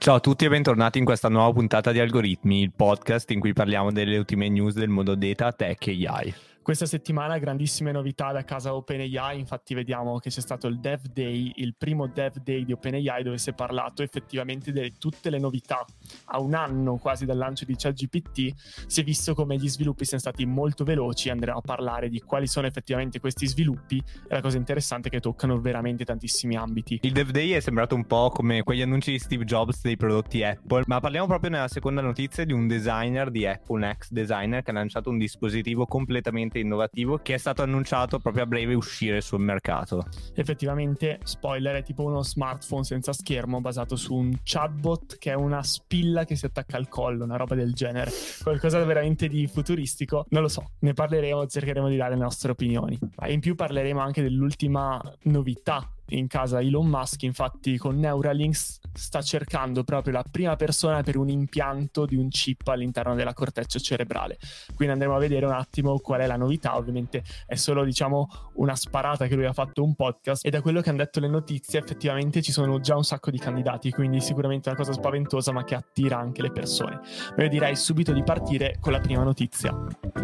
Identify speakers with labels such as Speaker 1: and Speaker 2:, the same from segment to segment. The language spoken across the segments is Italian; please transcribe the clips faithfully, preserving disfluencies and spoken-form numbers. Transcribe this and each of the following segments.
Speaker 1: Ciao a tutti e bentornati in questa nuova puntata di Algoritmi, il podcast in cui parliamo delle ultime news del mondo data, tech e A I.
Speaker 2: Questa settimana grandissime novità da casa OpenAI, infatti vediamo che c'è stato il Dev Day, il primo Dev Day di OpenAI dove si è parlato effettivamente di tutte le novità. A un anno quasi dal lancio di ChatGPT si è visto come gli sviluppi siano stati molto veloci, andremo a parlare di quali sono effettivamente questi sviluppi e la cosa interessante è che toccano veramente tantissimi ambiti.
Speaker 1: Il Dev Day è sembrato un po' come quegli annunci di Steve Jobs dei prodotti Apple, ma parliamo proprio nella seconda notizia di un designer di Apple, un ex designer che ha lanciato un dispositivo completamente innovativo che è stato annunciato proprio a breve uscire sul mercato.
Speaker 2: Effettivamente, spoiler, è tipo uno smartphone senza schermo basato su un chatbot che è una spilla che si attacca al collo, una roba del genere, qualcosa veramente di futuristico. Non lo so, ne parleremo, cercheremo di dare le nostre opinioni. In più parleremo anche dell'ultima novità in casa Elon Musk, infatti con Neuralink sta cercando proprio la prima persona per un impianto di un chip all'interno della corteccia cerebrale, quindi andremo a vedere un attimo qual è la novità. Ovviamente è solo, diciamo, una sparata che lui ha fatto un podcast, e da quello che hanno detto le notizie effettivamente ci sono già un sacco di candidati, quindi sicuramente è una cosa spaventosa ma che attira anche le persone. Ma io direi subito di partire con la prima notizia.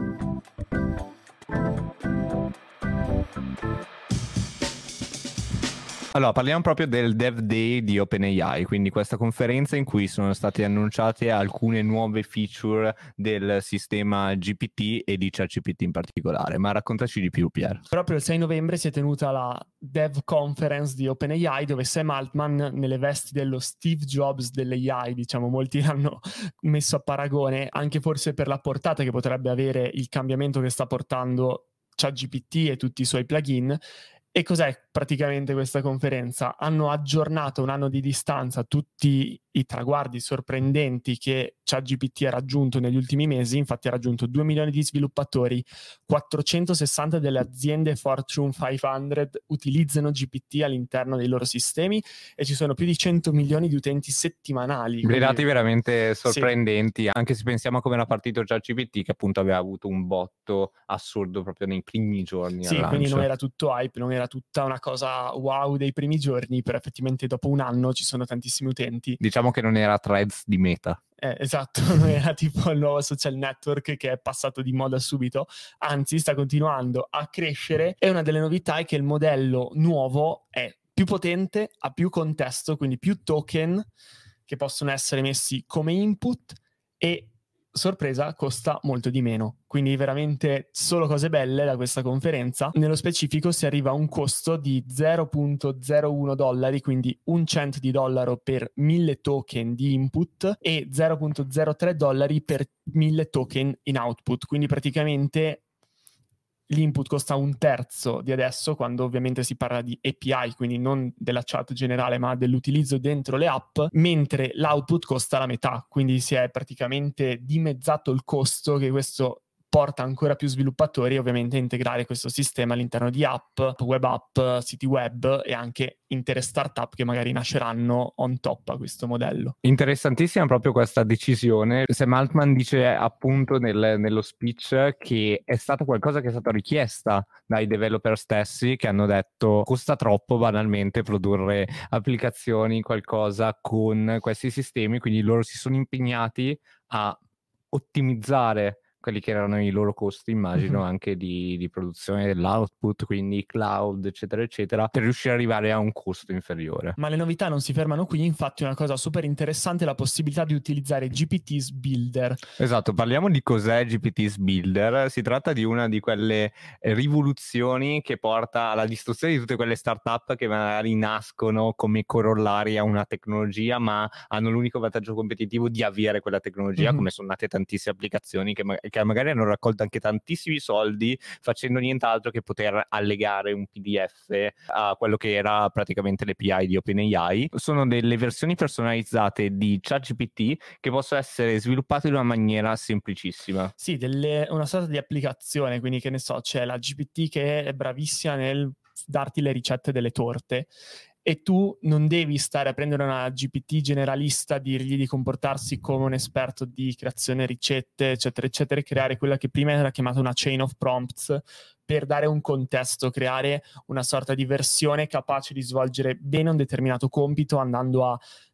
Speaker 1: Allora, parliamo proprio del Dev Day di OpenAI, quindi questa conferenza in cui sono state annunciate alcune nuove feature del sistema G P T e di ChatGPT in particolare. Ma raccontaci di più, Pier.
Speaker 2: Proprio il sei novembre si è tenuta la Dev Conference di OpenAI, dove Sam Altman, nelle vesti dello Steve Jobs dell'A I, diciamo, molti l'hanno messo a paragone, anche forse per la portata che potrebbe avere il cambiamento che sta portando ChatGPT e tutti i suoi plugin. E cos'è praticamente questa conferenza? Hanno aggiornato a un anno di distanza tutti i traguardi sorprendenti che ChatGPT ha raggiunto negli ultimi mesi. Infatti ha raggiunto due milioni di sviluppatori, quattrocentosessanta delle aziende Fortune cinquecento utilizzano G P T all'interno dei loro sistemi e ci sono più di cento milioni di utenti settimanali.
Speaker 1: Dei dati
Speaker 2: quindi
Speaker 1: veramente sorprendenti, sì. Anche se pensiamo a come era partito ChatGPT, che appunto aveva avuto un botto assurdo proprio nei primi giorni.
Speaker 2: Sì, quindi non era tutto hype, non era tutta una cosa wow dei primi giorni, però effettivamente dopo un anno ci sono tantissimi utenti.
Speaker 1: Diciamo che non era Threads di Meta.
Speaker 2: Eh, esatto, non era tipo il nuovo social network che è passato di moda subito, anzi sta continuando a crescere, e una delle novità è che il modello nuovo è più potente, ha più contesto, quindi più token che possono essere messi come input, e sorpresa, costa molto di meno. Quindi veramente solo cose belle da questa conferenza. Nello specifico si arriva a un costo di zero virgola zero uno dollari, quindi un cento di dollaro per mille token di input e zero virgola zero tre dollari per mille token in output. Quindi praticamente l'input costa un terzo di adesso, quando ovviamente si parla di A P I, quindi non della chat generale ma dell'utilizzo dentro le app, mentre l'output costa la metà, quindi si è praticamente dimezzato il costo, che questo porta ancora più sviluppatori ovviamente a integrare questo sistema all'interno di app, web app, siti web e anche intere startup che magari nasceranno on top a questo modello.
Speaker 1: Interessantissima proprio questa decisione. Sam Altman dice appunto nel, nello speech che è stata qualcosa che è stata richiesta dai developer stessi, che hanno detto costa troppo banalmente produrre applicazioni, qualcosa con questi sistemi, quindi loro si sono impegnati a ottimizzare quelli che erano i loro costi, immagino, mm-hmm. anche di, di produzione dell'output, quindi cloud, eccetera, eccetera, per riuscire ad arrivare a un costo inferiore.
Speaker 2: Ma le novità non si fermano qui, infatti una cosa super interessante è la possibilità di utilizzare G P T's Builder.
Speaker 1: Esatto, parliamo di cos'è G P T's Builder. Si tratta di una di quelle rivoluzioni che porta alla distruzione di tutte quelle startup che magari nascono come corollari a una tecnologia, ma hanno l'unico vantaggio competitivo di avere quella tecnologia, mm-hmm. come sono nate tantissime applicazioni che, ma- che magari hanno raccolto anche tantissimi soldi facendo nient'altro che poter allegare un P D F a quello che era praticamente l'A P I di OpenAI. Sono delle versioni personalizzate di ChatGPT che possono essere sviluppate in una maniera semplicissima.
Speaker 2: Sì, delle, una sorta di applicazione, quindi che ne so, c'è la G P T che è bravissima nel darti le ricette delle torte, e tu non devi stare a prendere una G P T generalista, dirgli di comportarsi come un esperto di creazione ricette, eccetera, eccetera, e creare quella che prima era chiamata una chain of prompts per dare un contesto, creare una sorta di versione capace di svolgere bene un determinato compito, andando a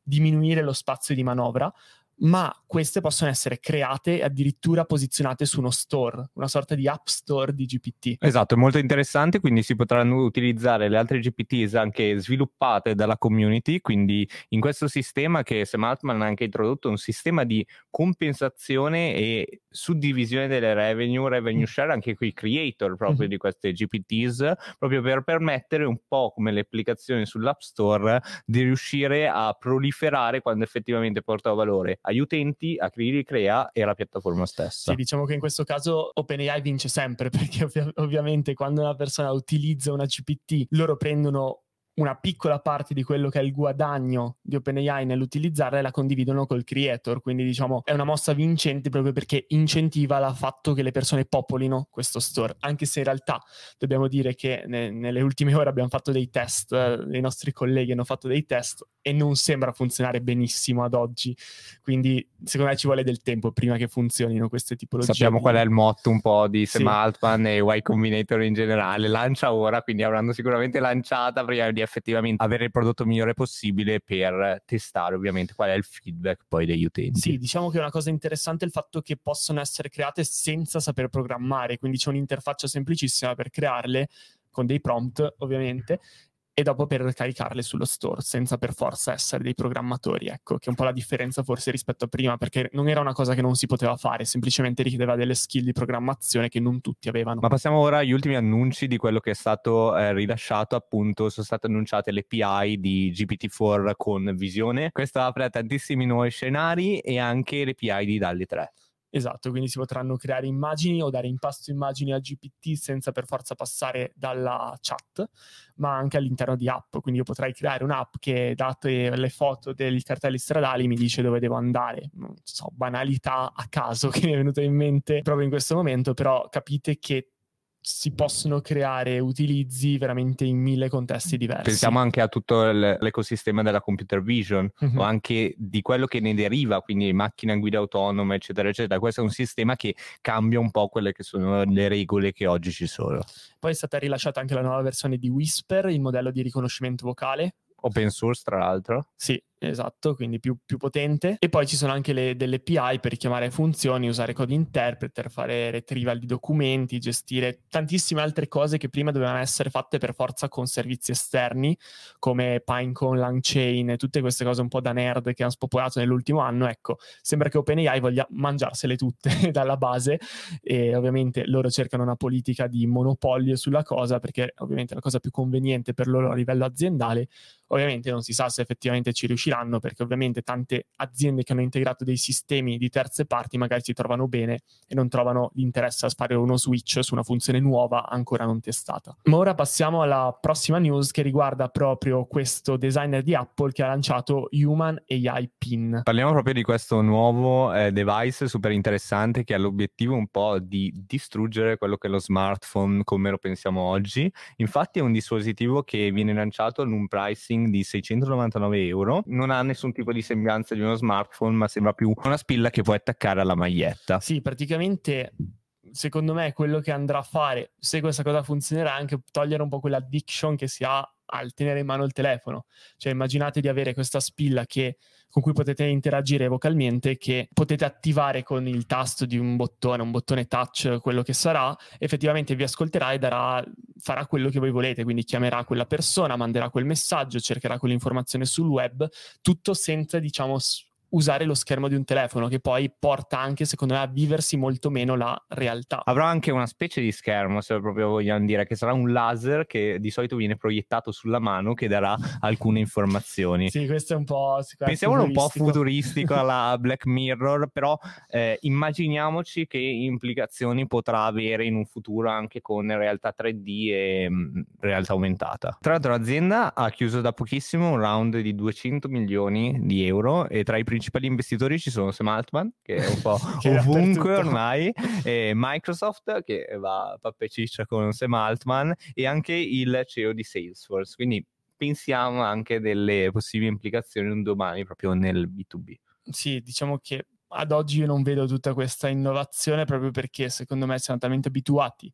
Speaker 2: diminuire lo spazio di manovra, ma queste possono essere create e addirittura posizionate su uno store, una sorta di app store di G P T.
Speaker 1: Esatto, è molto interessante, quindi si potranno utilizzare le altre G P Ts anche sviluppate dalla community, quindi in questo sistema che Sam Altman ha anche introdotto un sistema di compensazione e suddivisione delle revenue, revenue share anche con i creator proprio mm-hmm. di queste G P Ts, proprio per permettere un po' come le applicazioni sull'App Store di riuscire a proliferare quando effettivamente porta valore agli utenti, a chi li crea e alla piattaforma stessa.
Speaker 2: Sì, diciamo che in questo caso OpenAI vince sempre, perché ov- ovviamente quando una persona utilizza una G P T, loro prendono una piccola parte di quello che è il guadagno di OpenAI nell'utilizzarla e la condividono col creator, quindi diciamo è una mossa vincente proprio perché incentiva il fatto che le persone popolino questo store, anche se in realtà dobbiamo dire che ne- nelle ultime ore abbiamo fatto dei test, eh, i nostri colleghi hanno fatto dei test e non sembra funzionare benissimo ad oggi, quindi secondo me ci vuole del tempo prima che funzionino queste tipologie.
Speaker 1: Sappiamo
Speaker 2: di...
Speaker 1: qual è il motto un po' di Sam
Speaker 2: sì.
Speaker 1: Altman e Y Combinator in generale, lancia ora, quindi avranno sicuramente lanciata prima di effettivamente avere il prodotto migliore possibile per testare ovviamente qual è il feedback poi degli utenti.
Speaker 2: Sì, diciamo che è una cosa interessante il fatto che possono essere create senza saper programmare, quindi c'è un'interfaccia semplicissima per crearle con dei prompt ovviamente e dopo per caricarle sullo store senza per forza essere dei programmatori, ecco, che è un po' la differenza forse rispetto a prima, perché non era una cosa che non si poteva fare, semplicemente richiedeva delle skill di programmazione che non tutti avevano.
Speaker 1: Ma passiamo ora agli ultimi annunci di quello che è stato eh, rilasciato, appunto sono state annunciate le A P I di G P T quattro con Visione. Questo apre a tantissimi nuovi scenari e anche le A P I di DALL-E tre.
Speaker 2: Esatto, quindi si potranno creare immagini o dare in pasto immagini a G P T senza per forza passare dalla chat, ma anche all'interno di app. Quindi io potrei creare un'app che, date le foto dei cartelli stradali, mi dice dove devo andare. Non so, banalità a caso che mi è venuta in mente proprio in questo momento, però capite che si possono creare utilizzi veramente in mille contesti diversi.
Speaker 1: Pensiamo anche a tutto l'ecosistema della computer vision mm-hmm. o anche di quello che ne deriva, quindi macchine a guida autonoma, eccetera, eccetera. Questo è un sistema che cambia un po' quelle che sono le regole che oggi ci sono.
Speaker 2: Poi è stata rilasciata anche la nuova versione di Whisper, il modello di riconoscimento vocale.
Speaker 1: Open source, tra l'altro.
Speaker 2: Sì, esatto, quindi più, più potente. E poi ci sono anche le, delle A P I per chiamare funzioni, usare code interpreter, fare retrieval di documenti, gestire tantissime altre cose che prima dovevano essere fatte per forza con servizi esterni come Pinecone, LangChain e tutte queste cose un po' da nerd che hanno spopolato nell'ultimo anno. Ecco, sembra che OpenAI voglia mangiarsele tutte dalla base e ovviamente loro cercano una politica di monopolio sulla cosa perché ovviamente è la cosa più conveniente per loro a livello aziendale. Ovviamente non si sa se effettivamente ci riusciranno perché ovviamente tante aziende che hanno integrato dei sistemi di terze parti magari si trovano bene e non trovano l'interesse a fare uno switch su una funzione nuova ancora non testata. Ma ora passiamo alla prossima news che riguarda proprio questo designer di Apple che ha lanciato Human A I Pin.
Speaker 1: Parliamo proprio di questo nuovo eh, device super interessante che ha l'obiettivo un po' di distruggere quello che è lo smartphone come lo pensiamo oggi. Infatti è un dispositivo che viene lanciato in un pricing di seicentonovantanove euro, non ha nessun tipo di sembianza di uno smartphone ma sembra più una spilla che puoi attaccare alla maglietta.
Speaker 2: Sì, praticamente secondo me quello che andrà a fare, se questa cosa funzionerà, è anche togliere un po' quell'addiction che si ha al tenere in mano il telefono. Cioè immaginate di avere questa spilla che, con cui potete interagire vocalmente, che potete attivare con il tasto di un bottone, un bottone touch, quello che sarà, effettivamente vi ascolterà e darà, farà quello che voi volete, quindi chiamerà quella persona, manderà quel messaggio, cercherà quell'informazione sul web, tutto senza, diciamo, usare lo schermo di un telefono, che poi porta anche, secondo me, a viversi molto meno la realtà.
Speaker 1: Avrà anche una specie di schermo, se proprio vogliamo dire, che sarà un laser che di solito viene proiettato sulla mano che darà alcune informazioni.
Speaker 2: Sì, questo è un po'...
Speaker 1: Pensiamolo un po' futuristico alla Black Mirror, però eh, immaginiamoci che implicazioni potrà avere in un futuro anche con realtà tre D e mh, realtà aumentata. Tra l'altro l'azienda ha chiuso da pochissimo un round di duecento milioni di euro e tra i principali investitori ci sono Sam Altman, che è un po' ovunque ormai, e Microsoft, che va pappa e ciccia con Sam Altman, e anche il C E O di Salesforce. Quindi pensiamo anche delle possibili implicazioni un domani proprio nel B due B.
Speaker 2: Sì, diciamo che ad oggi io non vedo tutta questa innovazione proprio perché secondo me siamo talmente abituati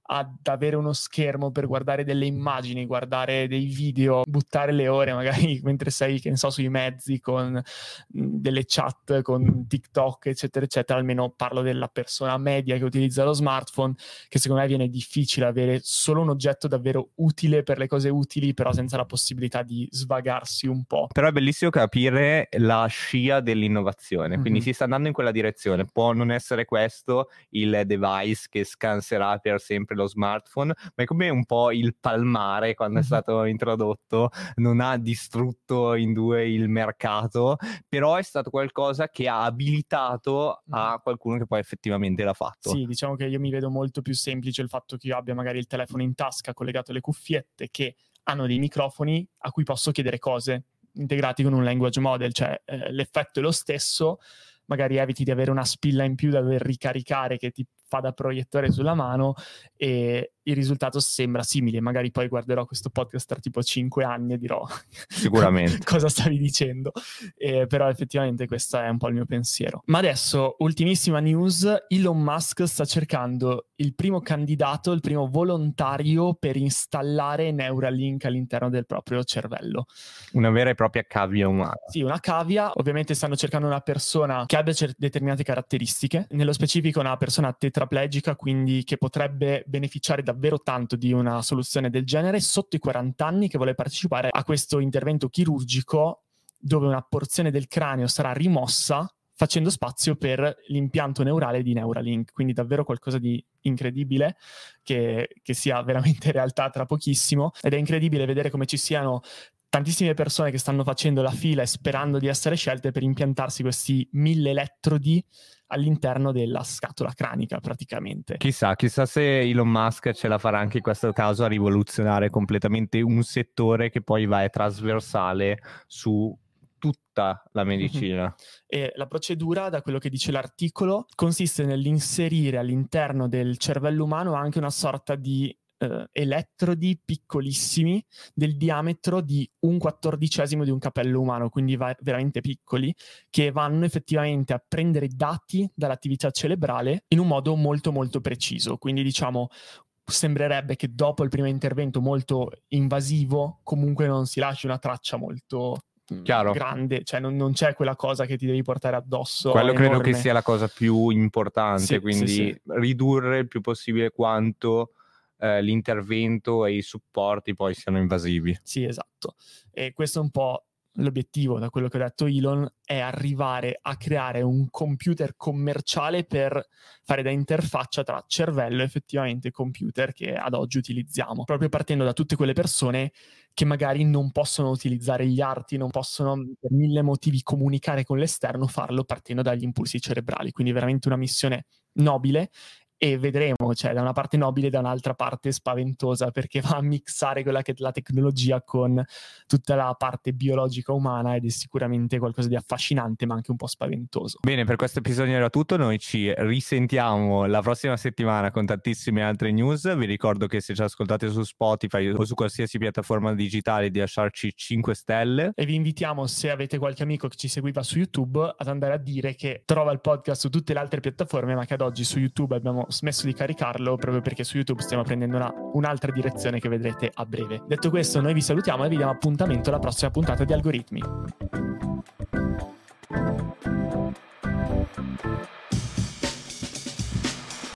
Speaker 2: ad avere uno schermo per guardare delle immagini, guardare dei video, buttare le ore magari mentre sei, che ne so, sui mezzi con delle chat, con TikTok, eccetera, eccetera. Almeno parlo della persona media che utilizza lo smartphone, che secondo me viene difficile avere solo un oggetto davvero utile per le cose utili, però senza la possibilità di svagarsi un po'.
Speaker 1: Però è bellissimo capire la scia dell'innovazione, quindi mm-hmm. si sta andando in quella direzione. Può non essere questo il device che scanserà per sempre lo smartphone, ma è come un po' il palmare quando mm-hmm. è stato introdotto, non ha distrutto in due il mercato, però è stato qualcosa che ha abilitato a qualcuno che poi effettivamente l'ha fatto.
Speaker 2: Sì, diciamo che io mi vedo molto più semplice il fatto che io abbia magari il telefono in tasca collegato alle cuffiette che hanno dei microfoni a cui posso chiedere cose integrati con un language model, cioè eh, l'effetto è lo stesso, magari eviti di avere una spilla in più da dover ricaricare che ti fa da proiettore sulla mano e il risultato sembra simile. Magari poi guarderò questo podcast tra tipo cinque anni e dirò
Speaker 1: sicuramente
Speaker 2: cosa stavi dicendo, eh, però effettivamente questo è un po' il mio pensiero. Ma adesso, ultimissima news, Elon Musk sta cercando il primo candidato, il primo volontario per installare Neuralink all'interno del proprio cervello.
Speaker 1: Una vera e propria cavia umana.
Speaker 2: Sì, una cavia. Ovviamente stanno cercando una persona che abbia cer- determinate caratteristiche, nello specifico una persona tetraplegica, quindi che potrebbe beneficiare davvero tanto di una soluzione del genere, sotto i quaranta anni, che vuole partecipare a questo intervento chirurgico dove una porzione del cranio sarà rimossa facendo spazio per l'impianto neurale di Neuralink, quindi davvero qualcosa di incredibile che, che sia veramente realtà tra pochissimo. Ed è incredibile vedere come ci siano tantissime persone che stanno facendo la fila e sperando di essere scelte per impiantarsi questi mille elettrodi all'interno della scatola cranica praticamente.
Speaker 1: Chissà, chissà se Elon Musk ce la farà anche in questo caso a rivoluzionare completamente un settore che poi va è trasversale su tutta la medicina.
Speaker 2: Mm-hmm. E la procedura, da quello che dice l'articolo, consiste nell'inserire all'interno del cervello umano anche una sorta di Uh, elettrodi piccolissimi del diametro di un quattordicesimo di un capello umano, quindi va- veramente piccoli, che vanno effettivamente a prendere dati dall'attività cerebrale in un modo molto molto preciso. Quindi diciamo sembrerebbe che dopo il primo intervento molto invasivo comunque non si lasci una traccia molto
Speaker 1: Chiaro.
Speaker 2: grande, cioè non, non c'è quella cosa che ti devi portare addosso.
Speaker 1: Quello
Speaker 2: enorme.
Speaker 1: Credo che sia la cosa più importante,
Speaker 2: sì,
Speaker 1: quindi
Speaker 2: sì, sì.
Speaker 1: ridurre il più possibile quanto eh, l'intervento e i supporti poi siano invasivi.
Speaker 2: Sì, esatto. E questo è un po' l'obiettivo, da quello che ha detto Elon, è arrivare a creare un computer commerciale per fare da interfaccia tra cervello e effettivamente computer che ad oggi utilizziamo, proprio partendo da tutte quelle persone che magari non possono utilizzare gli arti, non possono per mille motivi comunicare con l'esterno, farlo partendo dagli impulsi cerebrali. Quindi veramente una missione nobile. E vedremo, cioè da una parte nobile, da un'altra parte spaventosa, perché va a mixare quella che è la tecnologia con tutta la parte biologica umana ed è sicuramente qualcosa di affascinante ma anche un po' spaventoso.
Speaker 1: Bene, per questo episodio era tutto, noi ci risentiamo la prossima settimana con tantissime altre news. Vi ricordo che se ci ascoltate su Spotify o su qualsiasi piattaforma digitale di lasciarci cinque stelle,
Speaker 2: e vi invitiamo, se avete qualche amico che ci seguiva su YouTube, ad andare a dire che trova il podcast su tutte le altre piattaforme ma che ad oggi su YouTube abbiamo smesso di caricarlo proprio perché su YouTube stiamo prendendo una, un'altra direzione che vedrete a breve. Detto questo, noi vi salutiamo e vi diamo appuntamento alla prossima puntata di Algoritmi.